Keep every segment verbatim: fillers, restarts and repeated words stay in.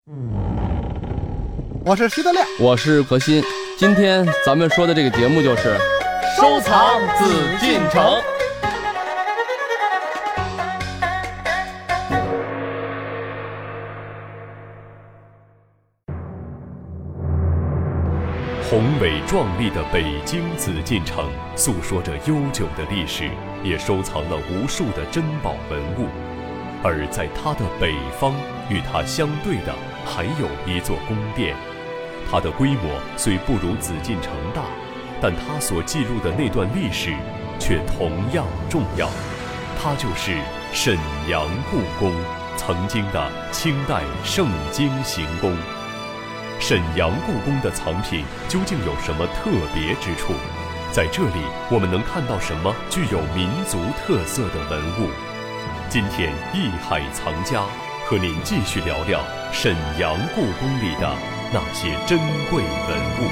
我是徐德亮， 我是何鑫。今天咱们说的这个节目就是收藏紫禁城。 宏伟壮丽的北京紫禁城诉说着悠久的历史，也收藏了无数的珍宝文物。而在它的北方，与它相对的还有一座宫殿，它的规模虽不如紫禁城大，但它所记录的那段历史却同样重要。它就是沈阳故宫，曾经的清代盛京行宫。沈阳故宫的藏品究竟有什么特别之处？在这里我们能看到什么具有民族特色的文物？今天艺海藏家和您继续聊聊沈阳故宫里的那些珍贵文物。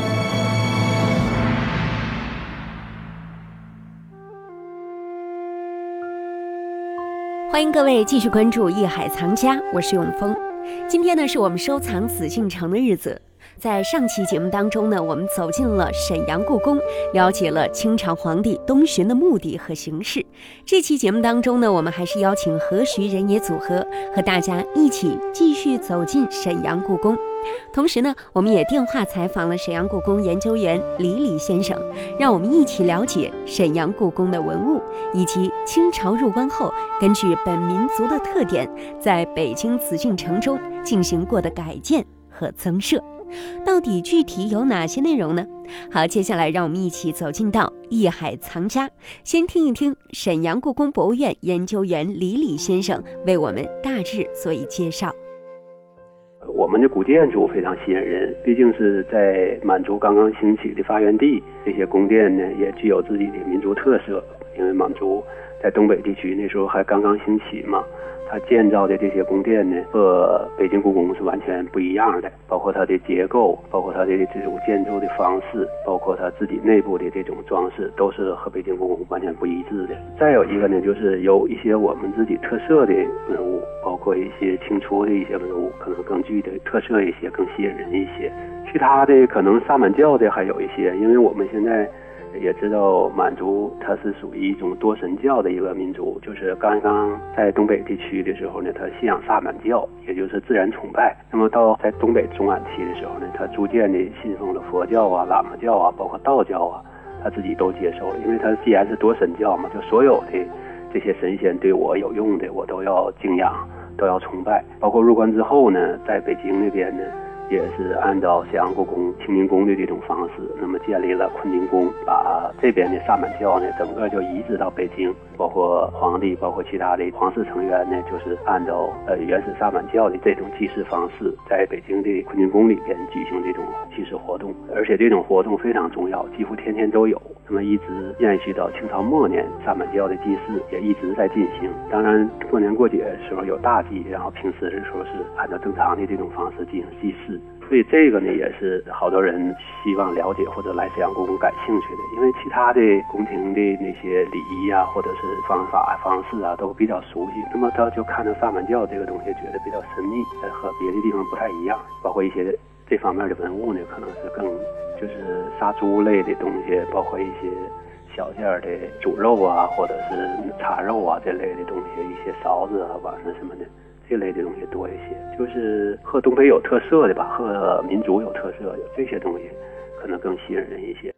欢迎各位继续关注艺海藏家，我是永峰。今天呢，是我们收藏紫禁城的日子。在上期节目当中呢，我们走进了沈阳故宫，了解了清朝皇帝东巡的目的和形式。这期节目当中呢，我们还是邀请何徐人也组合和大家一起继续走进沈阳故宫。同时呢，我们也电话采访了沈阳故宫研究员李李先生，让我们一起了解沈阳故宫的文物，以及清朝入关后根据本民族的特点，在北京紫禁城中进行过的改建和增设。到底具体有哪些内容呢？好，接下来让我们一起走进到艺海藏家，先听一听沈阳故宫博物院研究员李李先生为我们大致做一介绍。 我们的古建筑非常吸引人，毕竟是在满族刚刚兴起的发源地，这些宫殿呢也具有自己的民族特色。因为满族在东北地区那时候还刚刚兴起嘛，它建造的这些宫殿呢和北京故宫是完全不一样的，包括它的结构，包括它的这种建筑的方式，包括它自己内部的这种装饰，都是和北京故宫完全不一致的。再有一个呢，就是有一些我们自己特色的文物，包括一些清初的一些文物，可能更具的特色一些，更吸引人一些。其他的可能萨满教的还有一些，因为我们现在也知道满族它是属于一种多神教的一个民族，就是刚刚在东北地区的时候呢，它信仰萨满教，也就是自然崇拜。那么到在东北中晚期的时候呢，它逐渐的信奉了佛教啊、喇嘛教啊，包括道教啊，他自己都接受了。因为它既然是多神教嘛，就所有的这些神仙对我有用的，我都要敬仰，都要崇拜。包括入关之后呢，在北京那边呢，也是按照沈阳故宫清明宫的这种方式，那么建立了坤宁宫，把这边的萨满教呢整个就移植到北京，包括皇帝，包括其他的皇室成员呢，就是按照呃原始萨满教的这种祭祀方式，在北京的坤宁宫里边举行这种祭祀活动，而且这种活动非常重要，几乎天天都有。那么一直延续到清朝末年，萨满教的祭祀也一直在进行。当然过年过节的时候有大祭，然后平时的时候是按照正常的这种方式进行祭祀。所以这个呢，也是好多人希望了解或者来沈阳故宫感兴趣的，因为其他的宫廷的那些礼仪啊，或者是方法方式啊，都比较熟悉。那么他就看到萨满教这个东西，觉得比较神秘，和别的地方不太一样。包括一些这方面的文物呢，可能是更就是杀猪类的东西，包括一些小件的猪肉啊，或者是叉肉啊这类的东西，一些勺子啊、碗啊什么的。这类的东西多一些，就是和东北有特色的吧，和民族有特色的这些东西，可能更吸引人一些。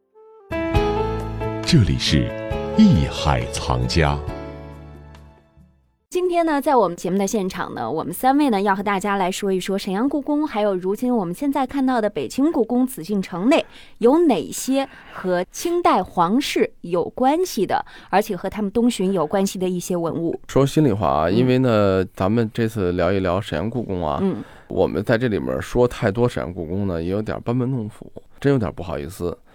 这里是艺海藏家。 今天呢，在我们节目的现场呢，我们三位呢要和大家来说一说沈阳故宫，还有如今我们现在看到的北京故宫紫禁城内有哪些和清代皇室有关系的，而且和他们东巡有关系的一些文物。 说心里话啊，因为呢，咱们这次聊一聊沈阳故宫啊，嗯，我们在这里面说太多沈阳故宫呢，也有点班门弄斧，真有点不好意思。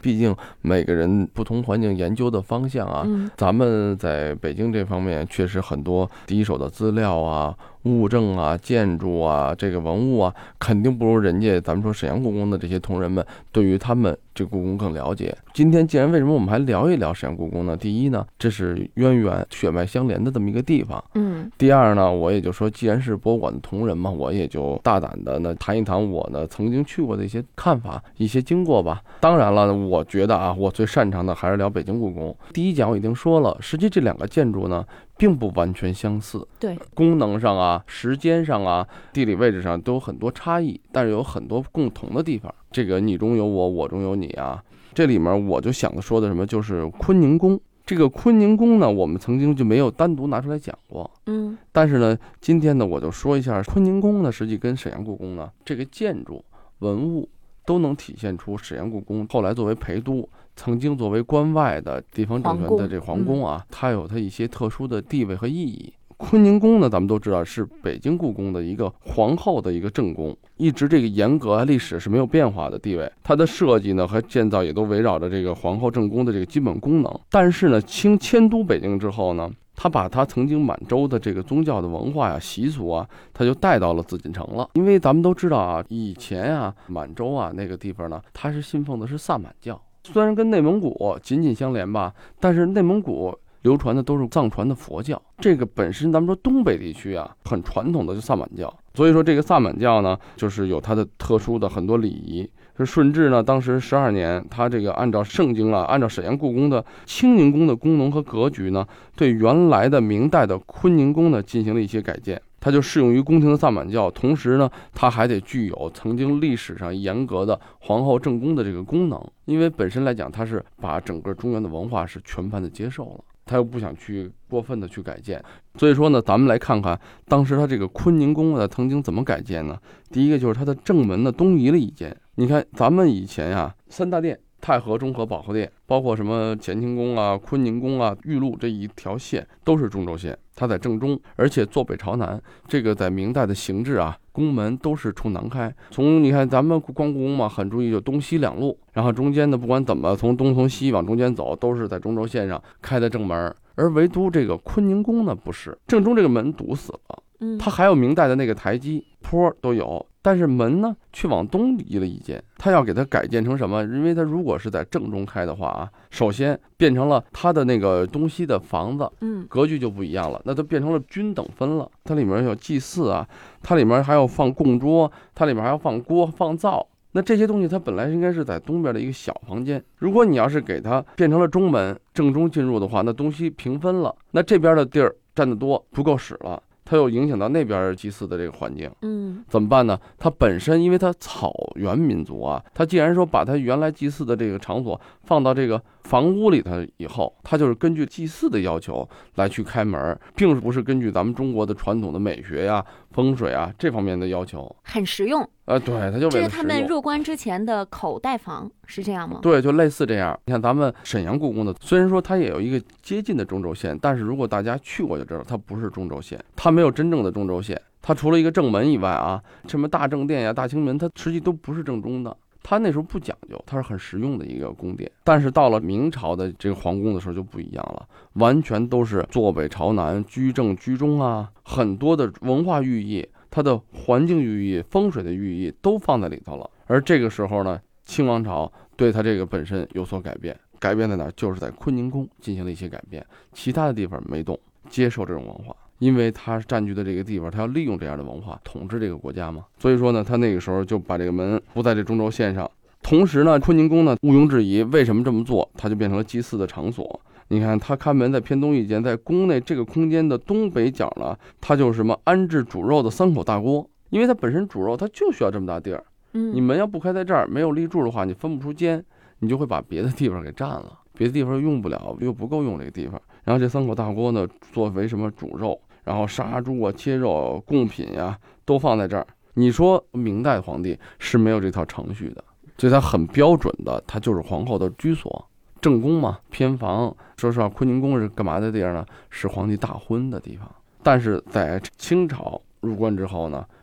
毕竟每个人不同环境研究的方向啊， 嗯、 咱们在北京这方面确实很多第一手的资料啊、物证啊、建筑啊、这个文物啊，肯定不如人家咱们说沈阳故宫的这些同仁们对于他们这故宫更了解。今天既然为什么我们还聊一聊沈阳故宫呢？第一呢，这是渊源血脉相连的这么一个地方。 嗯。 第二呢，我也就说，既然是博物馆的同仁嘛，我也就大胆的呢谈一谈我呢曾经去过的一些看法、一些经过吧。当然了，我觉得啊，我最擅长的还是聊北京故宫。第一讲我已经说了，实际这两个建筑呢并不完全相似， 对， 功能上啊、时间上啊、地理位置上都有很多差异，但是有很多共同的地方。这个你中有我，我中有你啊。这里面我就想的说的什么，就是坤宁宫。这个坤宁宫呢，我们曾经就没有单独拿出来讲过， 嗯， 但是呢，今天呢，我就说一下坤宁宫呢，实际跟沈阳故宫呢，这个建筑文物都能体现出沈阳故宫后来作为陪都，曾经作为关外的地方政权的这皇宫啊，它有它一些特殊的地位和意义。坤宁宫呢，咱们都知道是北京故宫的一个皇后的一个正宫，一直这个严格啊历史是没有变化的地位。它的设计呢和建造也都围绕着这个皇后正宫的这个基本功能。但是呢，清迁都北京之后呢，他把他曾经满洲的这个宗教的文化呀、习俗啊，他就带到了紫禁城了。因为咱们都知道啊，以前啊满洲啊那个地方呢，他是信奉的是萨满教，虽然跟内蒙古紧紧相连吧，但是内蒙古流传的都是藏传的佛教，这个本身咱们说东北地区啊，很传统的就萨满教，所以说这个萨满教呢，就是有它的特殊的很多礼仪。是顺治呢，当时十二年，他这个按照圣经啊，按照沈阳故宫的清宁宫的功能和格局呢，对原来的明代的坤宁宫呢进行了一些改建。它就适用于宫廷的萨满教，同时呢，它还得具有曾经历史上严格的皇后正宫的这个功能，因为本身来讲，它是把整个中原的文化是全盘的接受了。他又不想去过分的去改建，所以说呢，咱们来看看当时他这个坤宁宫呢曾经怎么改建呢？第一个就是它的正门呢东移了一间。你看咱们以前呀，三大殿，太和、中和、保和殿，包括什么乾清宫啊、坤宁宫啊、玉露这一条线都是中轴线，它在正中，而且坐北朝南。这个在明代的形制啊，宫门都是冲南开。从你看咱们光故宫嘛，很注意就东西两路，然后中间呢不管怎么从东从西往中间走，都是在中轴线上开的正门。而唯独这个坤宁宫呢不是，正中这个门堵死了， 嗯， 它还有明代的那个台基坡都有，但是门呢却往东移了一间。它要给它改建成什么？因为它如果是在正中开的话啊，首先变成了它的那个东西的房子，嗯，格局就不一样了，那都变成了均等分了。它里面有祭祀啊，它里面还要放供桌，它里面还要放锅放灶。那这些东西它本来应该是在东边的一个小房间，如果你要是给它变成了中门正中进入的话，那东西平分了，那这边的地儿占得多不够使了，它又影响到那边祭祀的这个环境，嗯，怎么办呢？它本身因为它草原民族啊，它既然说把它原来祭祀的这个场所放到这个房屋里头以后，它就是根据祭祀的要求来去开门，并不是根据咱们中国的传统的美学呀、风水啊这方面的要求， 很实用。 呃，对，它就为了实用。 这是他们入关之前的口袋房，是这样吗？ 对，就类似这样。你看咱们沈阳故宫的，虽然说它也有一个接近的中轴线，但是如果大家去过就知道，它不是中轴线，它没有真正的中轴线。它除了一个正门以外啊，什么大正殿呀、大清门，它实际都不是正中的。它那时候不讲究，它是很实用的一个宫殿。但是到了明朝的这个皇宫的时候就不一样了，完全都是坐北朝南、居正居中啊，很多的文化寓意，它的环境寓意、风水的寓意都放在里头了。而这个时候呢，清王朝对它这个本身有所改变，改变在哪？就是在坤宁宫进行了一些改变，其他的地方没动，接受这种文化。因为他占据的这个地方，他要利用这样的文化统治这个国家嘛，所以说呢，他那个时候就把这个门不在这中轴线上。同时呢，坤宁宫呢毋庸置疑，为什么这么做？它就变成了祭祀的场所。你看，他看门在偏东一间，在宫内这个空间的东北角呢，它就是什么安置煮肉的三口大锅，因为它本身煮肉它就需要这么大地儿。嗯，你门要不开在这儿，没有立柱的话，你分不出间，你就会把别的地方给占了，别的地方用不了，又不够用这个地方。然后这三口大锅呢，作为什么煮肉，然后杀猪啊、切肉、贡品呀、啊，都放在这儿。你说明代皇帝是没有这套程序的，所以他很标准的，他就是皇后的居所，正宫嘛，偏房。说实话，坤宁宫是干嘛的地儿呢？是皇帝大婚的地方。但是在清朝入关之后呢，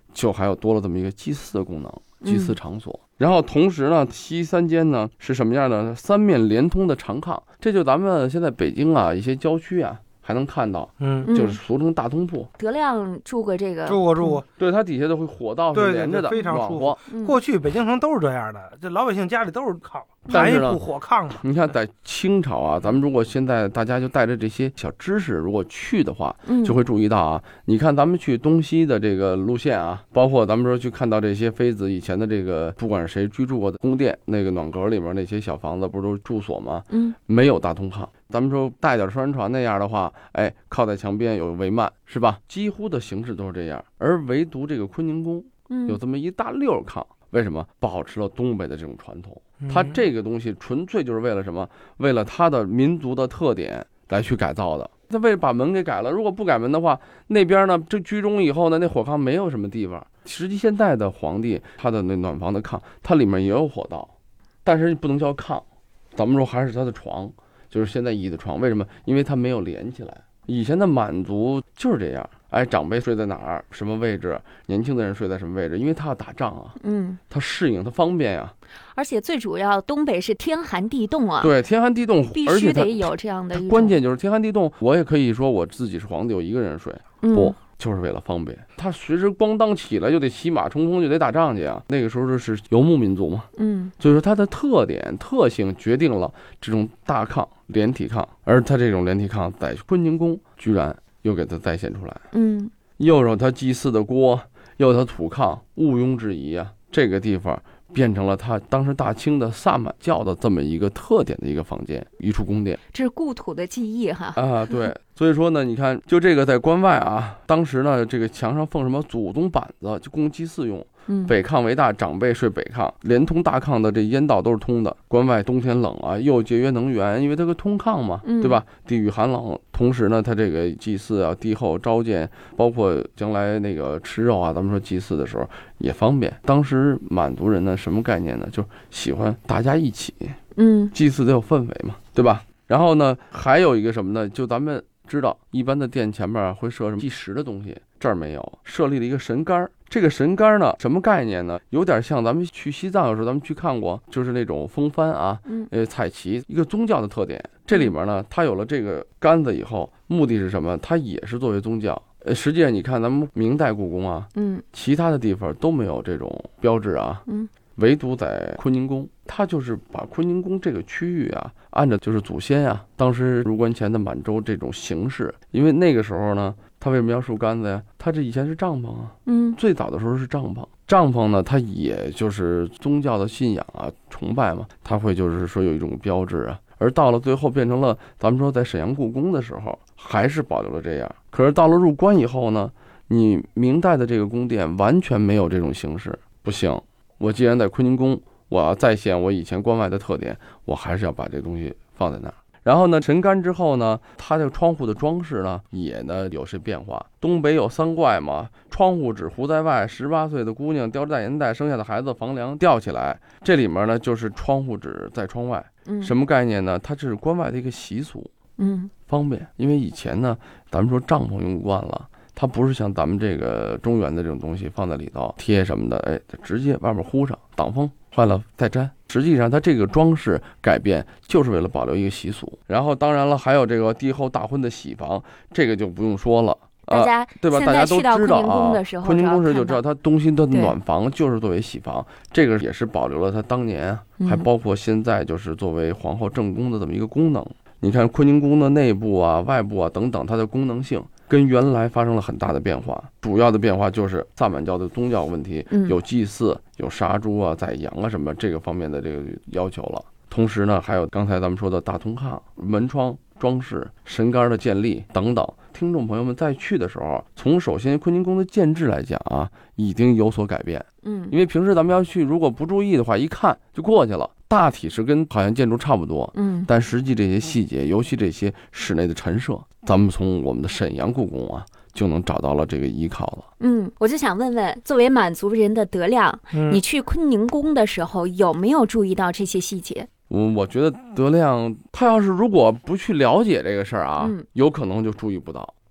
就还有多了这么一个祭祀的功能，祭祀场所。嗯、然后同时呢，西三间呢是什么样的？三面连通的长炕，这就咱们现在北京啊一些郊区啊还能看到， 嗯， 就是俗称大通铺。 德亮住过这个， 住过住过， 对，它底下都会火道是连着的， 对对对，非常暖和。 过去北京城都是这样的，这老百姓家里都是炕，盘一铺火炕嘛。 你看在清朝啊，咱们如果现在大家就带着这些小知识，如果去的话，就会注意到啊，你看咱们去东西的这个路线啊，包括咱们说去看到这些妃子以前的这个，不管是谁居住过的宫殿，那个暖阁里面那些小房子，不是都是住所吗？嗯，没有大通炕。咱们说带点双人床那样的话，哎，靠在墙边有帷幔，是吧？几乎的形式都是这样，而唯独这个坤宁宫有这么一大溜炕，为什么？保持了东北的这种传统。它这个东西纯粹就是为了什么？为了它的民族的特点来去改造的。他为了把门给改了，如果不改门的话，那边呢，这居中以后呢，那火炕没有什么地方。实际现在的皇帝他的那暖房的炕，它里面也有火道，但是不能叫炕，咱们说还是他的床。就是现在椅子床，为什么？因为它没有连起来。以前的满族就是这样，哎，长辈睡在哪儿，什么位置，年轻的人睡在什么位置，因为他要打仗啊，嗯，他适应，他方便呀、啊。 而且最主要，东北是天寒地冻啊， 对，天寒地冻， 必须得有这样的一种。 关键就是天寒地冻，我也可以说我自己是皇帝，我一个人睡，嗯、不。就是为了方便，他随时咣当起来就得骑马冲锋，就得打仗去啊。那个时候是游牧民族嘛，嗯，所以说它的特点特性决定了这种大炕连体炕，而它这种连体炕在坤宁宫居然又给它再现出来，嗯，又有它祭祀的锅，又有它土炕，毋庸置疑啊，这个地方变成了他当时大清的萨满教的这么一个特点的一个房间，一处宫殿， 这是故土的记忆哈啊，对，所以说呢，你看，就这个在关外啊，当时呢，这个墙上放什么祖宗板子，就供祭祀用。嗯，北炕为大，长辈睡北炕，连通大炕的这烟道都是通的。关外冬天冷啊，又节约能源，因为它个通炕嘛，对吧？地域寒冷，同时呢，它这个祭祀啊、帝后召见，包括将来那个吃肉啊，咱们说祭祀的时候也方便。当时满族人呢，什么概念呢？就喜欢大家一起，嗯，祭祀得有氛围嘛，对吧？然后呢，还有一个什么呢？就咱们知道，一般的店前面会设什么计时的东西，这儿没有，设立了一个神杆。这个神杆呢，什么概念呢？有点像咱们去西藏，有时候咱们去看过，就是那种风帆啊，呃，彩旗，一个宗教的特点。这里面呢，它有了这个杆子以后，目的是什么？它也是作为宗教。呃，实际上你看咱们明代故宫啊，嗯，其他的地方都没有这种标志啊，嗯。唯独在坤宁宫，他就是把坤宁宫这个区域啊，按照就是祖先啊，当时入关前的满洲这种形式，因为那个时候呢，他为什么要竖杆子呀？他这以前是帐篷啊，嗯，最早的时候是帐篷，帐篷呢，它也就是宗教的信仰啊、崇拜嘛，它会就是说有一种标志啊，而到了最后变成了咱们说在沈阳故宫的时候，还是保留了这样，可是到了入关以后呢，你明代的这个宫殿完全没有这种形式，不行。我既然在坤宁宫，我要再现我以前关外的特点，我还是要把这东西放在那儿。然后呢，神杆之后呢，它这个窗户的装饰呢，也呢有些变化。东北有三怪嘛，窗户纸糊在外，十八岁的姑娘叼着大烟袋生下的孩子房梁吊起来。这里面呢，就是窗户纸在窗外，嗯，什么概念呢？它这是关外的一个习俗，嗯，方便。因为以前呢，咱们说帐篷用惯了。它不是像咱们这个中原的这种东西放在里头贴什么的，哎，直接外面糊上挡风，坏了再粘。实际上它这个装饰改变就是为了保留一个习俗。然后当然了，还有这个帝后大婚的喜房，这个就不用说了， 大家、呃、 对吧？大家都知道啊。坤宁宫时就知道它东西的暖房就是作为喜房，这个也是保留了它当年，还包括现在就是作为皇后正宫的这么一个功能。你看坤宁宫的内部啊、外部啊等等，它的功能性跟原来发生了很大的变化。主要的变化就是萨满教的宗教问题，有祭祀、有杀猪啊、宰羊啊什么这个方面的这个要求了。同时呢，还有刚才咱们说的大通炕、门窗装饰、神杆的建立等等。听众朋友们在去的时候，从首先坤宁宫的建制来讲啊，已经有所改变。嗯，因为平时咱们要去，如果不注意的话，一看就过去了。大体是跟好像建筑差不多，嗯，但实际这些细节，尤其这些室内的陈设，咱们从我们的沈阳故宫啊，就能找到了这个依靠了。 嗯，我就想问问，作为满族人的德亮，嗯、你去坤宁宫的时候有没有注意到这些细节？ 我我觉得德亮他要是如果不去了解这个事儿啊，嗯、有可能就注意不到。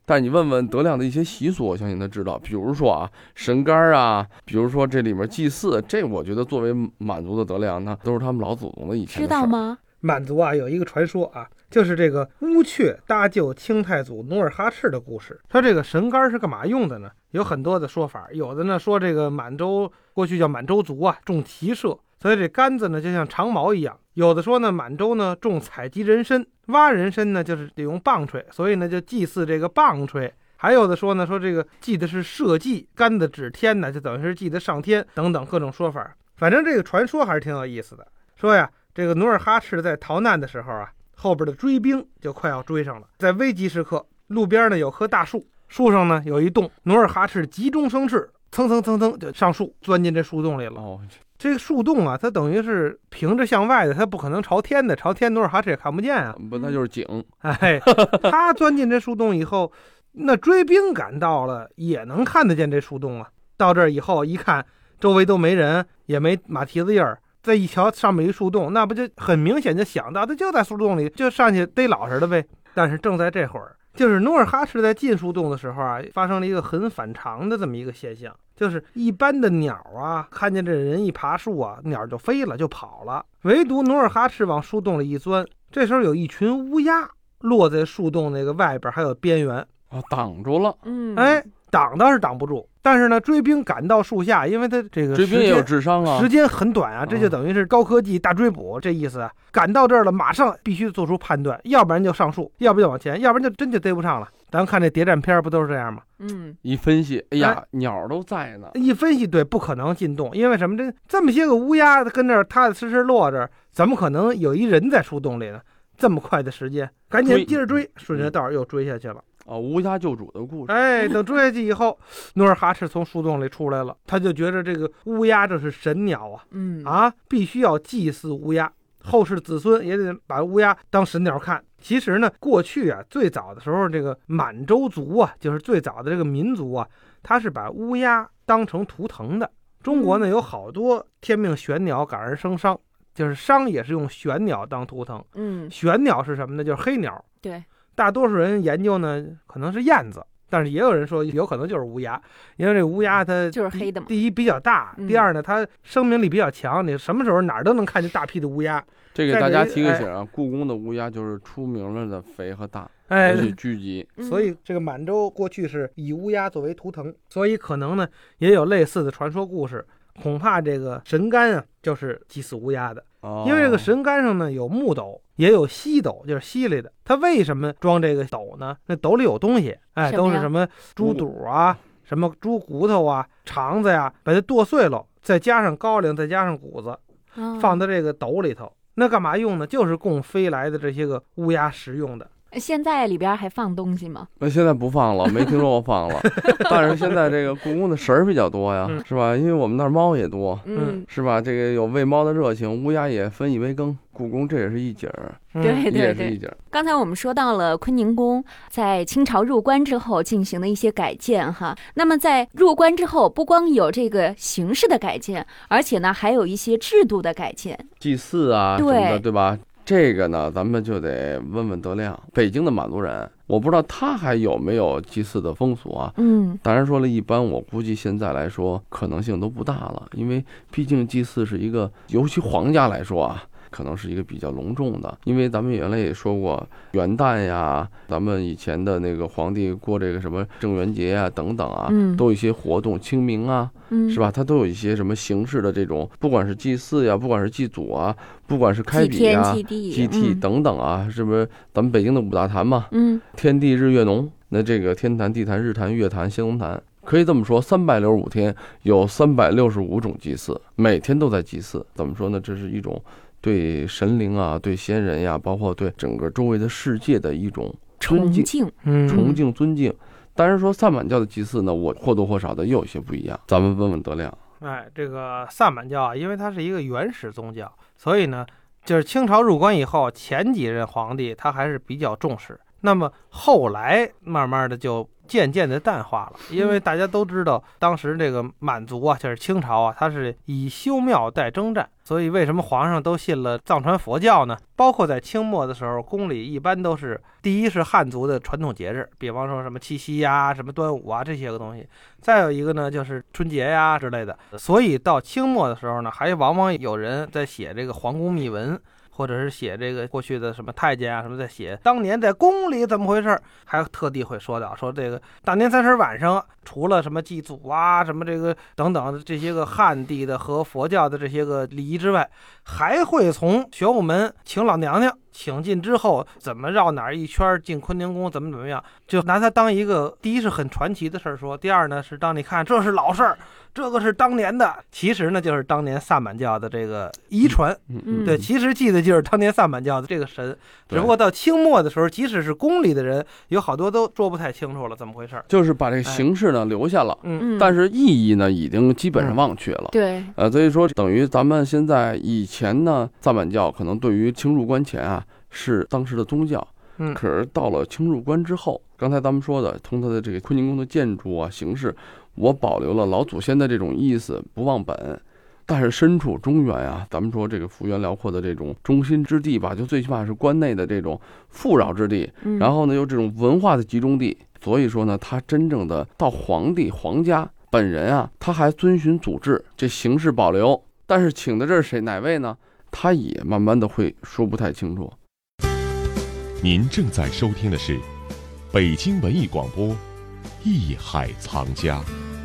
但你问问德亮的一些习俗，我相信他知道，比如说啊神杆啊，比如说这里面祭祀，这我觉得作为满族的德亮呢，都是他们老祖宗的以前的事。 知道吗？ 满族啊有一个传说啊，就是这个乌鹊搭救清太祖努尔哈赤的故事。他这个神杆是干嘛用的呢？有很多的说法，有的呢说这个满洲过去叫满洲族啊重骑射，所以这杆子呢就像长矛一样。有的说呢满洲呢重采集人参，挖人参呢就是得用棒槌，所以呢就祭祀这个棒槌。还有的说呢说这个祭的是社稷，杆子指天呢就等于是祭的上天，等等各种说法。反正这个传说还是挺有意思的。说呀这个努尔哈赤在逃难的时候啊，后边的追兵就快要追上了。在危急时刻，路边呢有棵大树，树上呢有一洞，努尔哈赤急中生智，蹭蹭蹭蹭就上树，钻进这树洞里了。 哦， 这个树洞啊，它等于是平着向外的，它不可能朝天的，朝天努尔哈赤也看不见啊。 不，那就是井。 哎，他钻进这树洞以后，那追兵赶到了，也能看得见这树洞啊。到这儿以后一看，周围都没人，也没马蹄子印儿。再一瞧上面一树洞，那不就很明显就想到他就在树洞里，就上去逮老实的呗。但是正在这会儿，就是努尔哈赤在进树洞的时候啊，发生了一个很反常的这么一个现象，就是一般的鸟啊，看见这人一爬树啊，鸟就飞了就跑了，唯独努尔哈赤往树洞里一钻，这时候有一群乌鸦落在树洞那个外边还有边缘， 啊，挡住了。 嗯， 哎，挡倒是挡不住，但是呢，追兵赶到树下，因为他这个追兵也有智商啊， 时间很短啊，这就等于是高科技大追捕这意思啊。赶到这儿了，马上必须做出判断，要不然就上树，要不就往前，要不然就真就逮不上了。咱们看这谍战片不都是这样吗？ 嗯， 一分析，哎呀，哎鸟都在呢。 一分析，对，不可能进洞，因为什么？这这么些个乌鸦跟这儿踏踏实实落着，怎么可能有一人在树洞里呢？这么快的时间，赶紧接着追，顺着道又追下去了。 哦，乌鸦救主的故事。 哎，等追下去以后，努尔哈赤从树洞里出来了，他就觉得这个乌鸦这是神鸟啊， 嗯啊，必须要祭祀乌鸦，后世子孙也得把乌鸦当神鸟看。其实呢，过去啊，最早的时候，这个满洲族啊，就是最早的这个民族啊，他是把乌鸦当成图腾的。中国呢有好多天命玄鸟，感而生商，就是商也是用玄鸟当图腾。 嗯， 玄鸟是什么呢？就是黑鸟。 对。 大多数人研究呢，可能是燕子，但是也有人说有可能就是乌鸦，因为这个乌鸦它就是黑的嘛。 第一比较大，第二呢，它生命力比较强，你什么时候哪儿都能看见大批的乌鸦。 这给大家提个醒啊，哎、故宫的乌鸦就是出名了的肥和大， 哎， 而且聚集。 所以这个满洲过去是以乌鸦作为图腾，所以可能呢也有类似的传说故事。恐怕这个神杆啊，就是祭祀乌鸦的。 哦、 因为这个神杆上呢有木斗，也有锡斗，就是锡来的。它为什么装这个斗呢？那斗里有东西，哎，都是什么猪肚啊、什么猪骨头啊、肠子呀，把它剁碎了，再加上高粱，再加上谷子，放在这个斗里头。那干嘛用呢？就是供飞来的这些个乌鸦食用的。 现在里边还放东西吗？ 那现在不放了，没听说过放了。但是现在这个故宫的神儿比较多呀，嗯、是吧？因为我们那儿猫也多， 嗯， 是吧？这个有喂猫的热情，乌鸦也分一杯羹。故宫这也是一景儿， 对对对。 刚才我们说到了坤宁宫在清朝入关之后进行的一些改建哈。那么在入关之后，不光有这个形式的改建，而且呢还有一些制度的改建， 祭祀啊什么的，对吧？这个呢，咱们就得问问德亮，北京的满族人，我不知道他还有没有祭祀的风俗啊。 嗯， 当然说了一般，我估计现在来说可能性都不大了，因为毕竟祭祀是一个，尤其皇家来说啊，可能是一个比较隆重的。因为咱们原来也说过，元旦呀，咱们以前的那个皇帝过这个什么正元节啊等等啊， 嗯、 都有一些活动，清明啊。 嗯， 是吧？它都有一些什么形式的这种，不管是祭祀呀，不管是祭祖啊，不管是开笔啊、 祭天、 祭地等等啊，嗯、是不是？咱们北京的五大坛嘛， 嗯， 天地日月农，那这个天坛、地坛、日坛、月坛、仙龙坛，可以这么说，三百六十五天有三百六十五种祭祀，每天都在祭祀。怎么说呢？这是一种对神灵啊、对先人呀，包括对整个周围的世界的一种尊敬、 崇敬、 嗯、崇敬、尊敬。当然说萨满教的祭祀呢，我或多或少的也有些不一样。咱们问问德亮。 哎，这个萨满教啊，因为它是一个原始宗教，所以呢，就是清朝入关以后，前几任皇帝他还是比较重视。 那么后来慢慢的就渐渐的淡化了，因为大家都知道，当时这个满族啊，就是清朝啊，它是以修庙代征战，所以为什么皇上都信了藏传佛教呢？包括在清末的时候，宫里一般都是第一是汉族的传统节日，比方说什么七夕呀、什么端午啊这些个东西，再有一个呢就是春节呀之类的。所以到清末的时候呢，还往往有人在写这个皇宫秘文。或者是写这个过去的什么太监啊什么，在写当年在宫里怎么回事，还特地会说到说这个大年三十晚上，除了什么祭祖啊什么这个等等这些个汉地的和佛教的这些个礼仪之外，还会从玄武门请老娘娘，请进之后怎么绕哪儿一圈进坤宁宫，怎么怎么样，就拿它当一个第一是很传奇的事儿说，第二呢是当你看这是老事儿，这个是当年的，其实呢就是当年萨满教的这个遗传。 嗯， 对，其实记得就是当年萨满教的这个神，只不过到清末的时候，即使是宫里的人，有好多都说不太清楚了怎么回事， 就是把这个形式呢、哎、留下了， 嗯， 但是意义呢已经基本上忘却了。 嗯、对， 呃，所以说等于咱们现在以前呢，萨满教可能对于清入关前啊是当时的宗教， 嗯， 可是到了清入关之后，刚才咱们说的，从它的这个坤宁宫的建筑啊形式，我保留了老祖先的这种意思，不忘本。但是身处中原啊，咱们说这个幅员辽阔的这种中心之地吧，就最起码是关内的这种富饶之地， 嗯、 然后呢又这种文化的集中地，所以说呢，他真正的到皇帝皇家本人啊，他还遵循祖制，这形式保留，但是请的这是谁哪位呢？他也慢慢的会说不太清楚。 您正在收听的是北京文艺广播《艺海藏家》。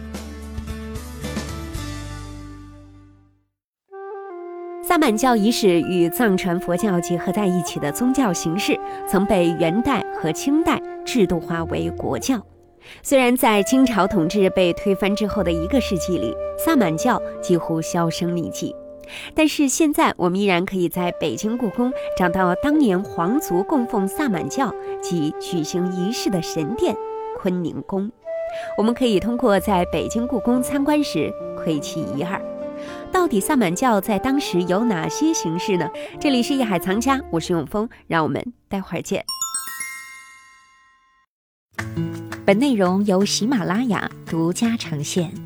萨满教仪式与藏传佛教结合在一起的宗教形式，曾被元代和清代制度化为国教。虽然在清朝统治被推翻之后的一个世纪里，萨满教几乎销声匿迹，但是现在我们依然可以在北京故宫找到当年皇族供奉萨满教及举行仪式的神殿坤宁宫。我们可以通过在北京故宫参观时窥其一二。到底萨满教在当时有哪些形式呢？这里是艺海藏家，我是永峰，让我们待会儿见。本内容由喜马拉雅独家呈现。